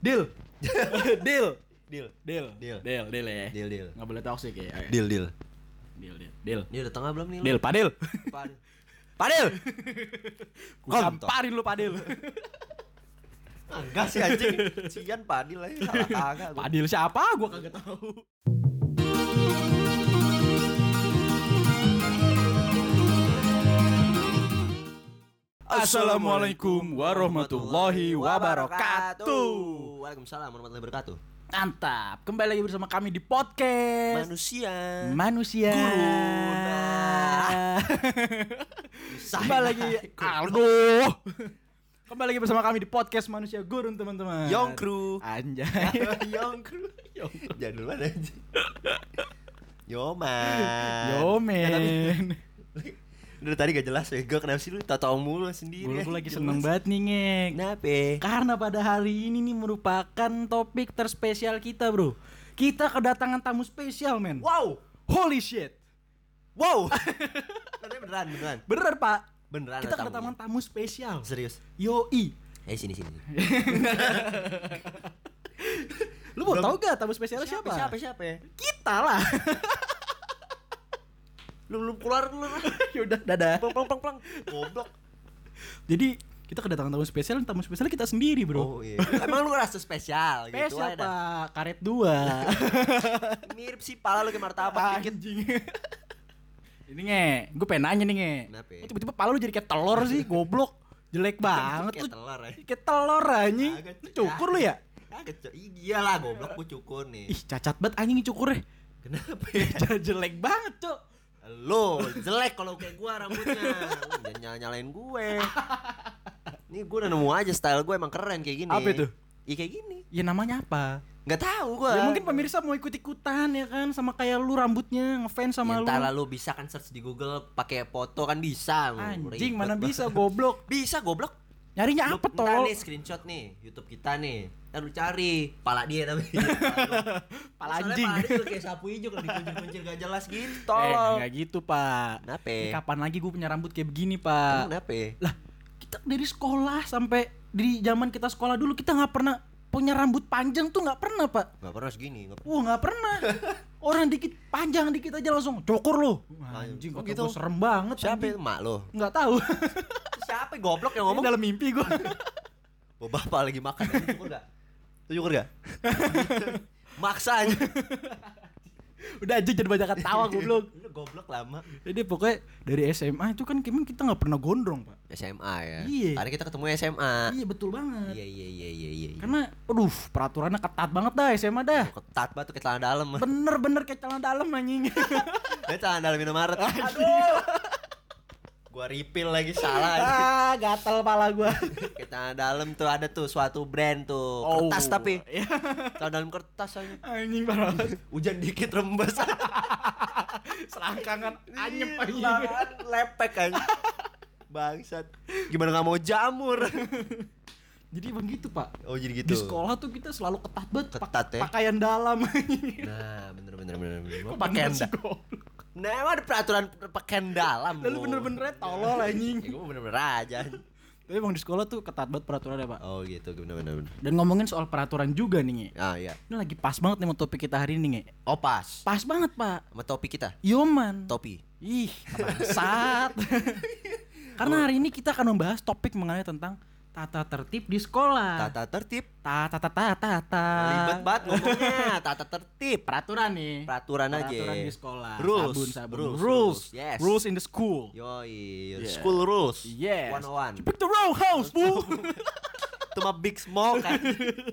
Deal. Deal. Deal. Deal. Deal. Deal. Deal ya. Deal. Enggak boleh toxic ya. Ayo. Deal. Deal. Deal. Ini udah tengah belum nih? Deal, Padil. Padil. Ku samparin lu Padil. Enggak sih anjing. Cian Padil aja salah kagak. Padil siapa? Gua kagak tahu. Assalamualaikum warahmatullahi wabarakatuh. Waalaikumsalam warahmatullahi wabarakatuh. Mantap. Kembali lagi bersama kami di podcast Manusia. Guru. Kembali lagi. Aduh. Kembali lagi bersama kami di podcast Manusia Gurun, teman-teman. Young Crew. Anjay. Young Crew. Jadul banget anjing. Yoman. Yomen. Udah tadi gak jelas ya, gue kenapa sih lu tau mulu sendiri. Gue lagi seneng banget nih, Ngek. Kenapa? Karena pada hari ini nih merupakan topik terspesial kita, bro. Kita kedatangan tamu spesial, men. Wow. Holy shit. Wow. Beneran. Bener, Pak. Beneran. Kita kedatangan tamu spesial. Serius. Yoi. Sini. Lu mau tahu gak tamu spesialnya siapa? Siapa? Kita lah. Lu keluar dulu. Yaudah, dadah. Plang. Goblok. Jadi kita kedatangan tamu spesial kita sendiri, bro. Oh iya. Emang lu ngerasa spesial gitu Spesial, aja. Pak. Karet 2. Mirip sih pala lu kayak martabak dikit. Anjing. Ini gue pengen nanya nih, Kenapa? Kok tiba-tiba pala lu jadi kayak telur sih, goblok. Jelek banget Kayak tuh. telur ya. Kayak telur anjing. Agak, Lu cukur lu ya? Iyalah goblok gua cukur nih. Ih, cacat banget anjing cukurnya. Kenapa ya? Jelek banget, Cok. Lu jelek kalau kayak gua rambutnya. Lu jangan nyalain gue. Nih gua udah nemu aja style gue emang keren kayak gini. Apa itu? Iya kayak gini. Ya namanya apa? Nggak tahu gua. Ya mungkin pemirsa mau ikut-ikutan ya kan, sama kayak lu rambutnya, ngefans sama lu. Entar lalu bisa kan search di Google pakai foto kan bisa. Anjing, mana bisa goblok. Bisa goblok. Nyarinya apa, Ntar tol? nih screenshot nih YouTube kita nih. Ntar lu cari pala dia tapi. Pala Soalnya anjing. pala dia tuh kayak sapu hijau kalau dikuncir-kuncir gak jelas gitu. Enggak gitu, Pak. Kenapa? Ini kapan lagi gue punya rambut kayak begini, Emang Pak? kenapa? Lah, kita dari sekolah sampai di zaman kita sekolah dulu kita nggak pernah punya rambut panjang tuh, nggak pernah, Pak. Gak pernah segini. Nggak pernah. Orang dikit panjang dikit aja langsung cukur lu. Anjing, kok gitu serem banget. Siapa anjing. itu mak lo? Nggak tahu. Siapa goblok yang ngomong? Ini dalam mimpi gue. Oh, bapak lagi makan. Cukur gak? Lu cukur gak? Maksa aja. Udah aja jadi banyak ketawa goblok. Lu goblok lama. Jadi pokoknya dari SMA itu kan kita nggak pernah gondrong, Pak. SMA ya. Iya. Tadi kita ketemu SMA. Iya, betul banget. Iya. Karena peraturannya ketat banget dah SMA dah. Ketat banget tuh kayak celana dalam. Bener kayak celana dalam anjing. Dia celana dalam Indomaret. Aduh. Gua refill lagi salah aja. Gatel pala gua. Kayak celana dalam tuh ada tuh suatu brand tuh. Kertas tapi. Celana dalam kertas aja. Anjing banget. Hujan dikit rembes. Selangkangan anyep anjing. Lepek aja. Bangsat. Gimana gak mau jamur? Jadi begitu, Pak. Oh jadi gitu. Di sekolah tuh kita selalu ketat banget. Ketat ya? Pakaian dalam. Nah bener. Pakaian Pakaian Nah emang ada peraturan pakaian dalam. Lalu bener-bener tolol anjing. Ya gue bener-bener aja. Tapi emang di sekolah tuh ketat banget peraturannya, Pak. Oh gitu bener. Dan ngomongin soal peraturan juga nih, Nge. Ah iya. Ini lagi pas banget nih sama topik kita hari ini, Nge. Oh pas. Pas banget, Pak. Sama topi kita. Yoman. Topi. Ih, bangsat. Karena hari ini kita akan membahas topik mengenai tentang tata tertib di sekolah. Tata tertib. Tata. Ribet banget ngomongnya. Tata tertib. Peraturan nih. Peraturan aja. Peraturan di sekolah. Rules. Sabun. Rules. Yes. Rules in the school. Yoi. Yeah. School rules. Yes. 101. You pick the wrong house, fool. Itu mah big smoke kan.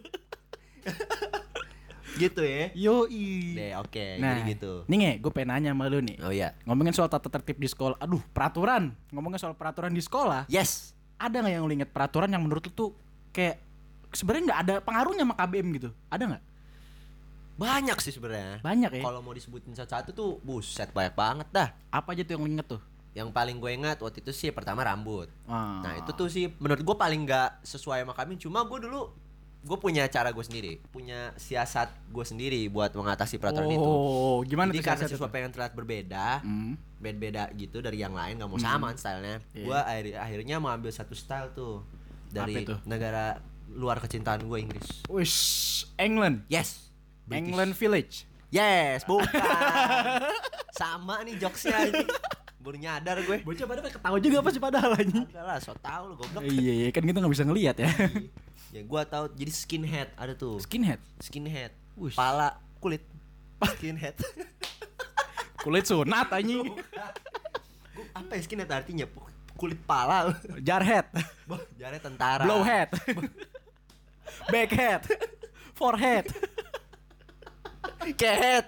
Gitu ya. Yoi. Deh oke. Nah, Jadi gitu. nih Nge, gue pengen nanya sama lu nih. Oh iya. Ngomongin soal tata tertib di sekolah. Aduh, peraturan. Ngomongin soal peraturan di sekolah. Yes. Ada nggak yang lu inget peraturan yang menurut lu tuh kayak sebenarnya nggak ada pengaruhnya sama KBM gitu? Ada nggak? Banyak sih sebenarnya. Banyak ya. Kalau mau disebutin satu-satu tuh buset banyak banget dah. Apa aja tuh yang lu inget tuh? Yang paling gue ingat waktu itu sih pertama rambut. Ah. Nah itu tuh sih menurut gue paling gak sesuai sama kami. Cuma gue dulu punya cara gue sendiri, punya siasat gue sendiri buat mengatasi peraturan itu. Oh, gimana Jadi tuh karena siasat siswa itu? pengen terlihat berbeda, beda gitu dari yang lain, gak mau sama kan stylenya. Iya. Gue akhirnya mau ambil satu style tuh dari Apa itu? negara luar kecintaan gue Inggris. Wish, England. Yes. British. England Village. Yes, bukan. Sama nih jokesnya ini. Baru nyadar gue. Bocah pada ketawa juga pasti padahal anjing. Enggak lah, so tau lu goblok. Iya, kan kita nggak bisa ngelihat ya. Ya gua tahu jadi skinhead ada tuh. Skinhead. Skinhead. Wush. Pala kulit. Skinhead. Kulit sunat anjing. Apa ya skinhead artinya? Kulit pala. Jarhead. Jare tentara. Blowhead. Backhead. Forehead. Kehead.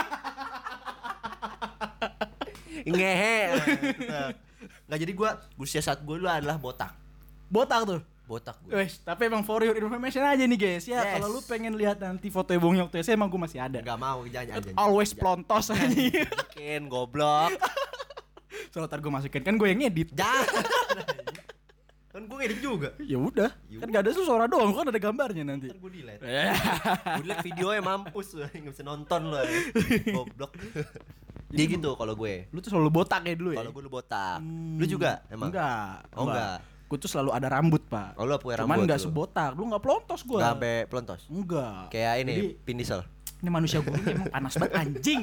Ngehe. Nggak, jadi gue siasat gue dulu adalah botak. Botak tuh. Botak gue. Wes, tapi emang for your information aja nih guys ya. Yes. Kalau lu pengen lihat nanti foto Bong Yok tuh, emang gue masih ada. Nggak mau jangan. Always plontos aja. Bikin goblok. Soalnya ntar gue masukin, kan gue yang ngedit. Jangan. Kan gue ngedit juga. Ya udah, kan gak ada suara doang, kan ada gambarnya nanti. Ntar gue delete. Gue delete videonya mampus lu, nggak bisa nonton lu. Goblok. Dia gitu kalau gue. Lu tuh selalu botak ya dulu ya? Kalau gue lu botak. Lu juga emang? Enggak. Oh enggak. Gue tuh selalu ada rambut, Pak. Oh lu punya rambut. Cuman enggak lu. sebotak, lu enggak pelontos gue. Nggak sampai pelontos. Enggak. Kayak ini Jadi, Vin Diesel. ini manusia gurunya emang panas banget anjing.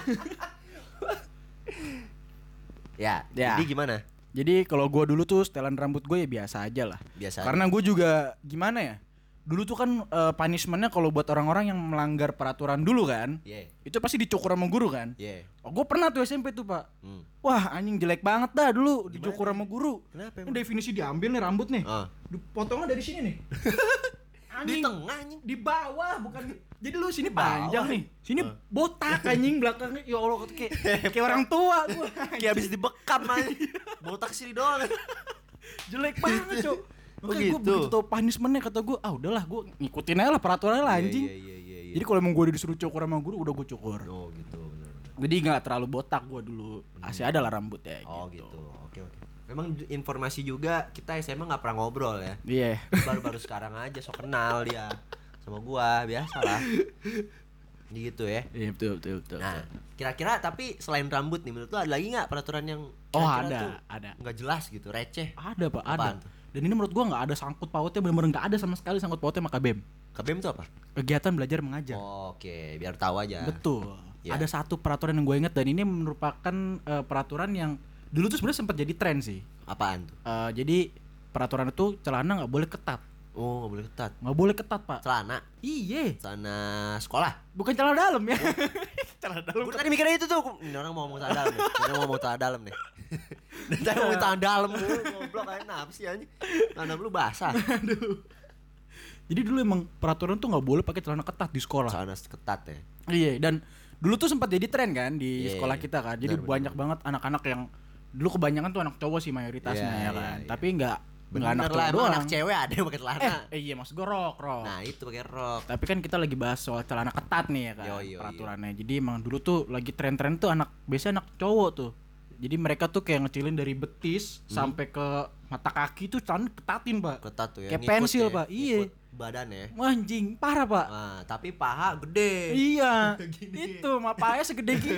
Ya. Ya. Jadi gimana? Jadi kalau gue dulu tuh setelan rambut gue ya biasa aja lah. Biasa. Karena gue juga gimana ya? Dulu tuh kan punishment-nya kalau buat orang-orang yang melanggar peraturan dulu kan, Yeah. itu pasti dicukur sama guru kan. Yeah. Oh, gue pernah tuh SMP tuh Pak. Hmm. Wah anjing jelek banget dah dulu dicukur sama guru. Kenapa Ini emang? definisi diambil nih rambut nih. Ah. Dipotongnya dari sini nih. Di tengah anjing. Di bawah bukan. Jadi lu sini Bawah. panjang nih. Sini botak anjing belakangnya. Ya Allah kayak orang tua gua. Kayak habis dibekam anjing. Botak sini doang. Jelek banget, Cok. Oh, Makanya gue gitu. begitu tau punishment-nya kata gue, udahlah gue ngikutin aja lah peraturannya lah anjing. Iya. Jadi kalau emang gue disuruh cukur sama guru udah gue cukur. Oh gitu. Benar. Jadi nggak terlalu botak gue dulu. Masih ada lah rambutnya Oh gitu. gitu. Oke. Memang informasi juga kita SMA nggak pernah ngobrol ya. Iya. Baru-baru sekarang aja so kenal dia sama gua, biasalah. Gitu ya. Iya betul. Nah, kira-kira tapi selain rambut nih menurut lu ada lagi nggak peraturan yang Oh kira-kira ada, tuh ada. nggak jelas gitu, receh? Ada Pak, ada. Apaan tuh? Dan ini menurut gue nggak ada sangkut pautnya, bener-bener nggak ada sama sekali sangkut pautnya sama KBM. KBM itu apa? Kegiatan belajar mengajar. Oke, biar tahu aja. Betul. Ya. Ada satu peraturan yang gue inget dan ini merupakan peraturan yang dulu tuh sebenarnya sempat jadi tren sih. Apaan tuh? Jadi peraturan itu celana nggak boleh ketat. Oh, nggak boleh ketat. Nggak boleh ketat Pak. Celana, Iye. celana sekolah. Bukan celana dalam ya. Celana dalam. Gue tadi mikirnya itu tuh. Ini orang mau ngomong celana dalam nih. Ini orang mau ngomong celana dalam nih. Dan tadi ngomong celana dalam mulu, goblok aja kenapa sih anjing? Celana dalam lu basah. Aduh. Jadi dulu emang peraturan tuh nggak boleh pakai celana ketat di sekolah. Celana ketat ya. Iya, dan dulu tuh sempat jadi tren kan di Iya, sekolah kita kan. Jadi benar, banyak banget anak-anak yang dulu kebanyakan tuh anak cowok sih mayoritasnya Iya, ya kan. iya. Tapi nggak Bener anak lah, cowok emang doang. anak cewek ada yang pakai celana. Iya maksud gue rok. Nah, itu pakai rok. Tapi kan kita lagi bahas soal celana ketat nih ya kan Yo. peraturannya. Jadi emang dulu tuh lagi tren-tren tuh biasanya anak cowok tuh. Jadi mereka tuh kayak ngecilin dari betis sampai ke mata kaki tuh celana ketatin Pak. Ketat tuh ya. Kayak ngikut pensil, ya, Pak. Iya. ngikut badan ya. Wah, anjing parah Pak. Nah, tapi paha gede. Iya. Gini. Itu mapanya segede gini.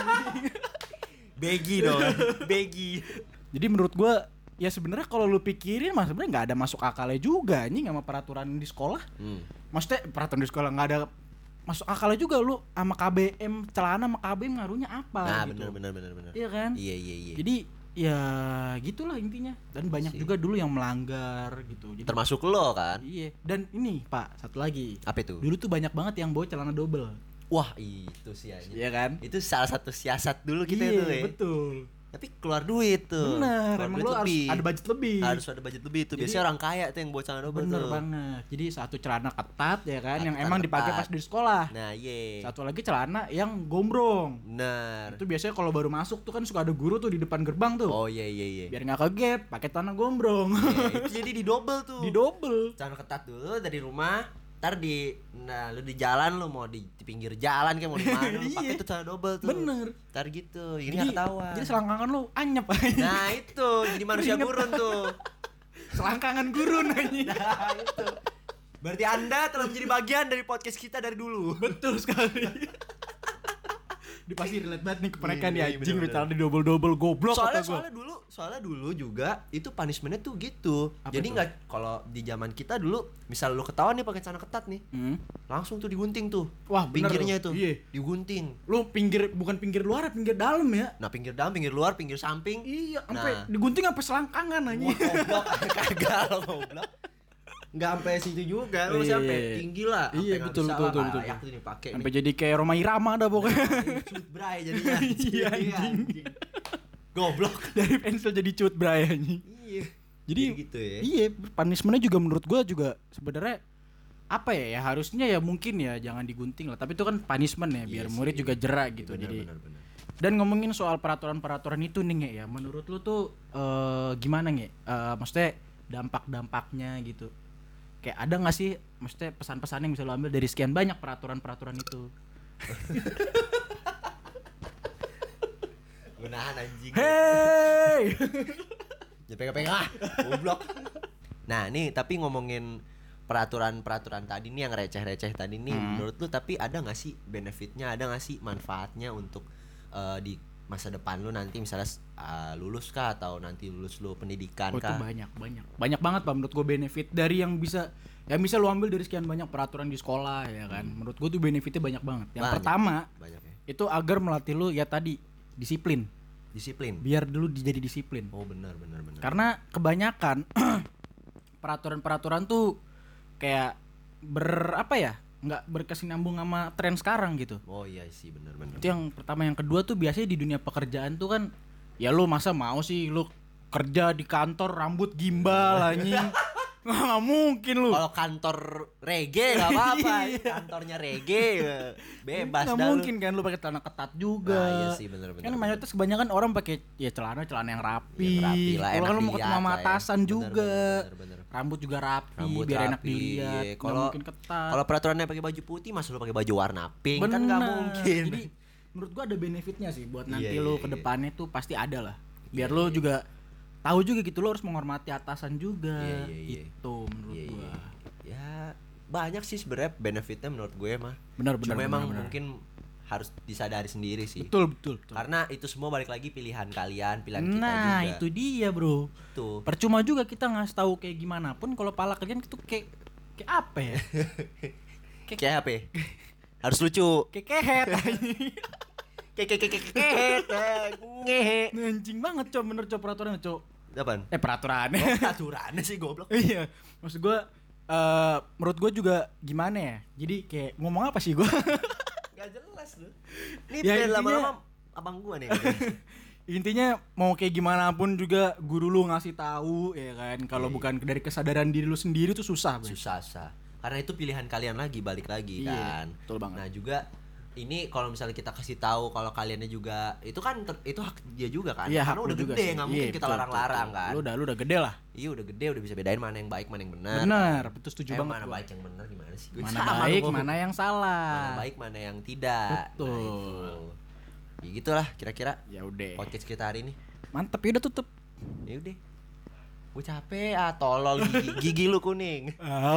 Baggy dong. Baggy. Jadi menurut gua ya sebenarnya kalau lu pikirin mah sebenarnya nggak ada masuk akalnya juga anjing sama peraturan di sekolah. Maksudnya peraturan di sekolah nggak ada masuk akalnya juga, lu sama KBM celana sama KBM ngaruhnya apa Nah, gitu. benar. Iya kan? Iya. Jadi ya gitulah intinya, dan banyak Sih. juga dulu yang melanggar gitu. Jadi Termasuk lo kan? iya, dan ini Pak, satu lagi. Apa itu? Dulu tuh banyak banget yang bawa celana double. Wah, itu sih anjing. Iya kan? Itu salah satu siasat dulu kita Iya, itu ya. betul. Tapi keluar duit tuh. Bener, Keluar emang duit lu harus lebih. ada budget lebih. Harus ada budget lebih tuh. Jadi- Biasanya orang kaya tuh yang bawa celana double Bener tuh. banget. Jadi satu celana ketat ya kan, yang Celana emang dipakai ketat. pas di sekolah. Nah, iya. Satu lagi celana yang gombrong. Benar. Itu biasanya kalau baru masuk tuh kan suka ada guru tuh di depan gerbang tuh. Oh iya. Biar nggak kegep, pakai celana gombrong. Iya, itu jadi di double tuh. Di double. Celana ketat dulu dari rumah, ntar lu di jalan, lu mau di pinggir jalan kayak mau di mana, lu pakai Iya. tuh celana double tuh. Bener. Ntar gitu, ini nggak ketahuan. Jadi selangkangan lu anyep. Nah itu, jadi manusia Ingat. gurun tuh. Selangkangan gurun anjing. Nah itu. Berarti Anda telah menjadi bagian dari podcast kita dari dulu. Betul sekali. Pasti relate banget nih ke mereka nih Iya, anjing bener-bener. ditanya double goblok kata gua. soalnya dulu juga itu punishmentnya tuh gitu. Apa Jadi tuh? nggak, kalau di zaman kita dulu misal lu ketahuan nih pakai celana ketat nih, langsung tuh digunting tuh. Wah, bener pinggirnya tuh. tuh Iya. digunting. Lu bukan pinggir luar, pinggir dalam ya. Nah, pinggir dalam, pinggir luar, pinggir samping. Iya, Nah. sampai digunting sampai selangkangan Wah, anjing. goblok. Kagak lo goblok. Nggak sampai situ juga, lu Iya. sampai tinggi lah. Iya, Sampai nggak betul, bisa betul, lah, betul, nggak betul. layak tuh dipakai Sampai nih. jadi kayak Roma Irama dah pokoknya. Cut bray jadinya. Iya, anjing. Goblok. Dari pensil jadi cut bray anjing. Iya. Jadi gitu ya. Iya, punishmentnya juga menurut gua juga sebenarnya apa ya, harusnya ya mungkin ya jangan digunting lah. Tapi itu kan punishment ya, biar Iya murid sih. juga jerak gitu. Benar, Jadi benar, benar. dan ngomongin soal peraturan-peraturan itu nih ya, menurut lu tuh gimana nge? Maksudnya dampak-dampaknya gitu. Kayak ada nggak sih, maksudnya pesan-pesan yang bisa lo ambil dari sekian banyak peraturan-peraturan itu? Gunahan anjing. Hey! Ya pegang-pegang ah, goblok. Nah, nih tapi ngomongin peraturan-peraturan tadi nih yang receh-receh tadi nih, menurut lu tapi ada nggak sih benefitnya, ada nggak sih manfaatnya untuk di masa depan lu nanti misalnya lulus kah atau nanti lulus lu pendidikan Oh, itu kah? banyak banget Pak menurut gue benefit dari yang bisa lo ambil dari sekian banyak peraturan di sekolah ya kan. Menurut gue tuh benefitnya banyak banget. Yang Banyak. pertama Banyak ya. itu agar melatih lu ya tadi disiplin. Disiplin. Biar dulu jadi disiplin. Oh, benar. Karena kebanyakan peraturan-peraturan tuh kayak nggak berkesinambung sama tren sekarang gitu. Oh iya sih, benar. Itu yang pertama. Yang kedua tuh biasanya di dunia pekerjaan tuh kan ya lu masa mau sih lu kerja di kantor rambut gimbal anjing. Nggak mungkin lu. Kalau kantor reggae nggak apa-apa, Iya. kantornya reggae bebas Nggak dah lu. mungkin kan lu pakai celana ketat juga. Nah, iya sih, bener. Kan mayoritas kebanyakan orang pakai ya celana yang rapi. Yang rapi lah, Kalau enak kan lu mau dilihat ketemu sama lah ya. atasan Bener, juga. bener. Rambut juga rapi, Rambut biar enak rapi. dilihat. Nggak Kalau mungkin ketat. kalau peraturannya pakai baju putih, masa lu pakai baju warna pink kan nggak mungkin. Jadi menurut gua ada benefitnya sih buat nanti Iya, lu iya, ke iya. depannya tuh pasti ada lah. Iya, Biar lu iya. juga tahu juga gitu, lu harus menghormati atasan juga. Iya. Itu menurut Iya, gua. Ya banyak sih sebenarnya benefitnya menurut gue mah. Benar. Cuma emang mungkin harus disadari sendiri sih. Betul. Karena itu semua balik lagi pilihan kalian, pilihan kita juga. Nah, itu dia, Bro. Tuh. Percuma juga kita ngasih tahu kayak gimana pun kalau pala kalian itu kayak apa ya? Kayak apa? Ya? Harus lucu. Kayak kehet. Ngehe. Anjing banget, Cok, bener Cok peraturan, Cok. Apaan? Peraturannya. Oh, peraturannya sih goblok. Iya. Maksud gua menurut gua juga gimana ya? Jadi kayak ngomong apa sih gua? Gak jelas lu. Ini Ya, biar intinya- lama-lama abang gua nih. Intinya mau kayak gimana pun juga guru lu ngasih tahu ya kan. Kalau Iya. bukan dari kesadaran diri lu sendiri tuh susah, Bro. Susah. Karena itu pilihan kalian lagi, balik lagi Iya, kan. betul banget. Nah, juga ini kalau misalnya kita kasih tahu kalau kaliannya juga itu kan itu hak dia juga kan. Iya, Karena hak udah lu juga gede, sih. nggak mungkin Iya, kita betul, larang-larang betul. kan. Lu udah gede lah. Iya, udah gede, udah bisa bedain mana yang baik, mana yang benar. Benar, betul setuju banget Mana gua. baik yang benar gimana sih? Gua Mana sama baik, lu. mana yang salah. Mana baik, mana yang tidak. Betul. Nah, itu. Ya gitulah kira-kira Ya udah. podcast kita hari ini. Mantep, ya udah tutup. Ya udah. Gue capek tolol gigi lu kuning.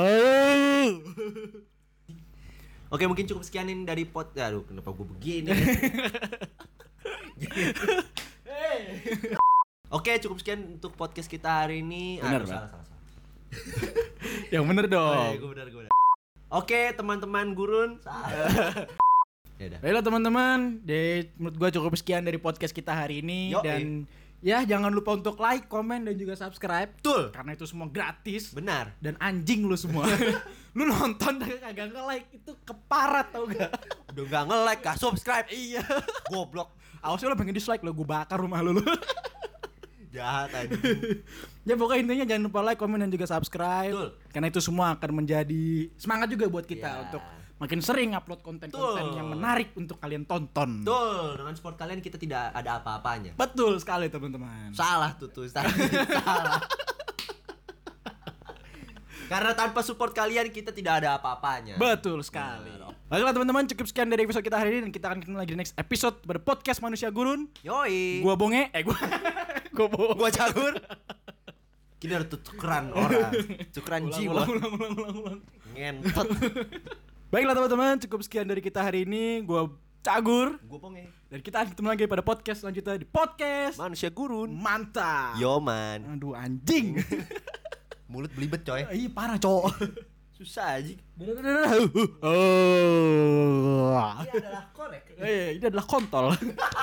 Oke, mungkin cukup sekianin dari aduh, kenapa gue begini? Oke, cukup sekian untuk podcast kita hari ini. Bener, Aduh, Bang. salah. Yang bener dong. Oh, iya, gue benar. Oke, teman-teman gurun. Ya udah. Baiklah teman-teman, menurut gua cukup sekian dari podcast kita hari ini. Yoi. Dan ya jangan lupa untuk like, komen, dan juga subscribe. Betul. Karena itu semua gratis. Benar. Dan anjing lu semua. Lu nonton dan kagak nge-like itu keparat tau gak? Udah gak nge-like, gak subscribe. Iya. Goblok. Awas lu pengen dislike lu, gua bakar rumah lu. Jahat aja. Ya pokoknya intinya jangan lupa like, komen, dan juga subscribe. Betul. Karena itu semua akan menjadi semangat juga buat kita Ya. untuk makin sering upload konten-konten Betul. yang menarik untuk kalian tonton. Betul, dengan support kalian kita tidak ada apa-apanya. Betul sekali teman-teman. Salah tuh salah. Karena tanpa support kalian kita tidak ada apa-apanya. Betul sekali. Baiklah teman-teman, cukup sekian dari episode kita hari ini dan kita akan ketemu lagi di next episode pada podcast Manusia Gurun. Yoi. Gua Bonge, gua Bonge. Gua Cagur. Kini ada tukeran orang, tukeran jiwa. Ulang. Ngentot. Baiklah teman-teman, cukup sekian dari kita hari ini. Gua Cagur. Gue Ponge. Dan kita ketemu lagi pada podcast selanjutnya di podcast Manusia Gurun. Mantap. Yo man. Aduh anjing. Mulut belibet coy. Ih parah cowok. Susah aja. Ini Ini adalah korek. adalah kontol.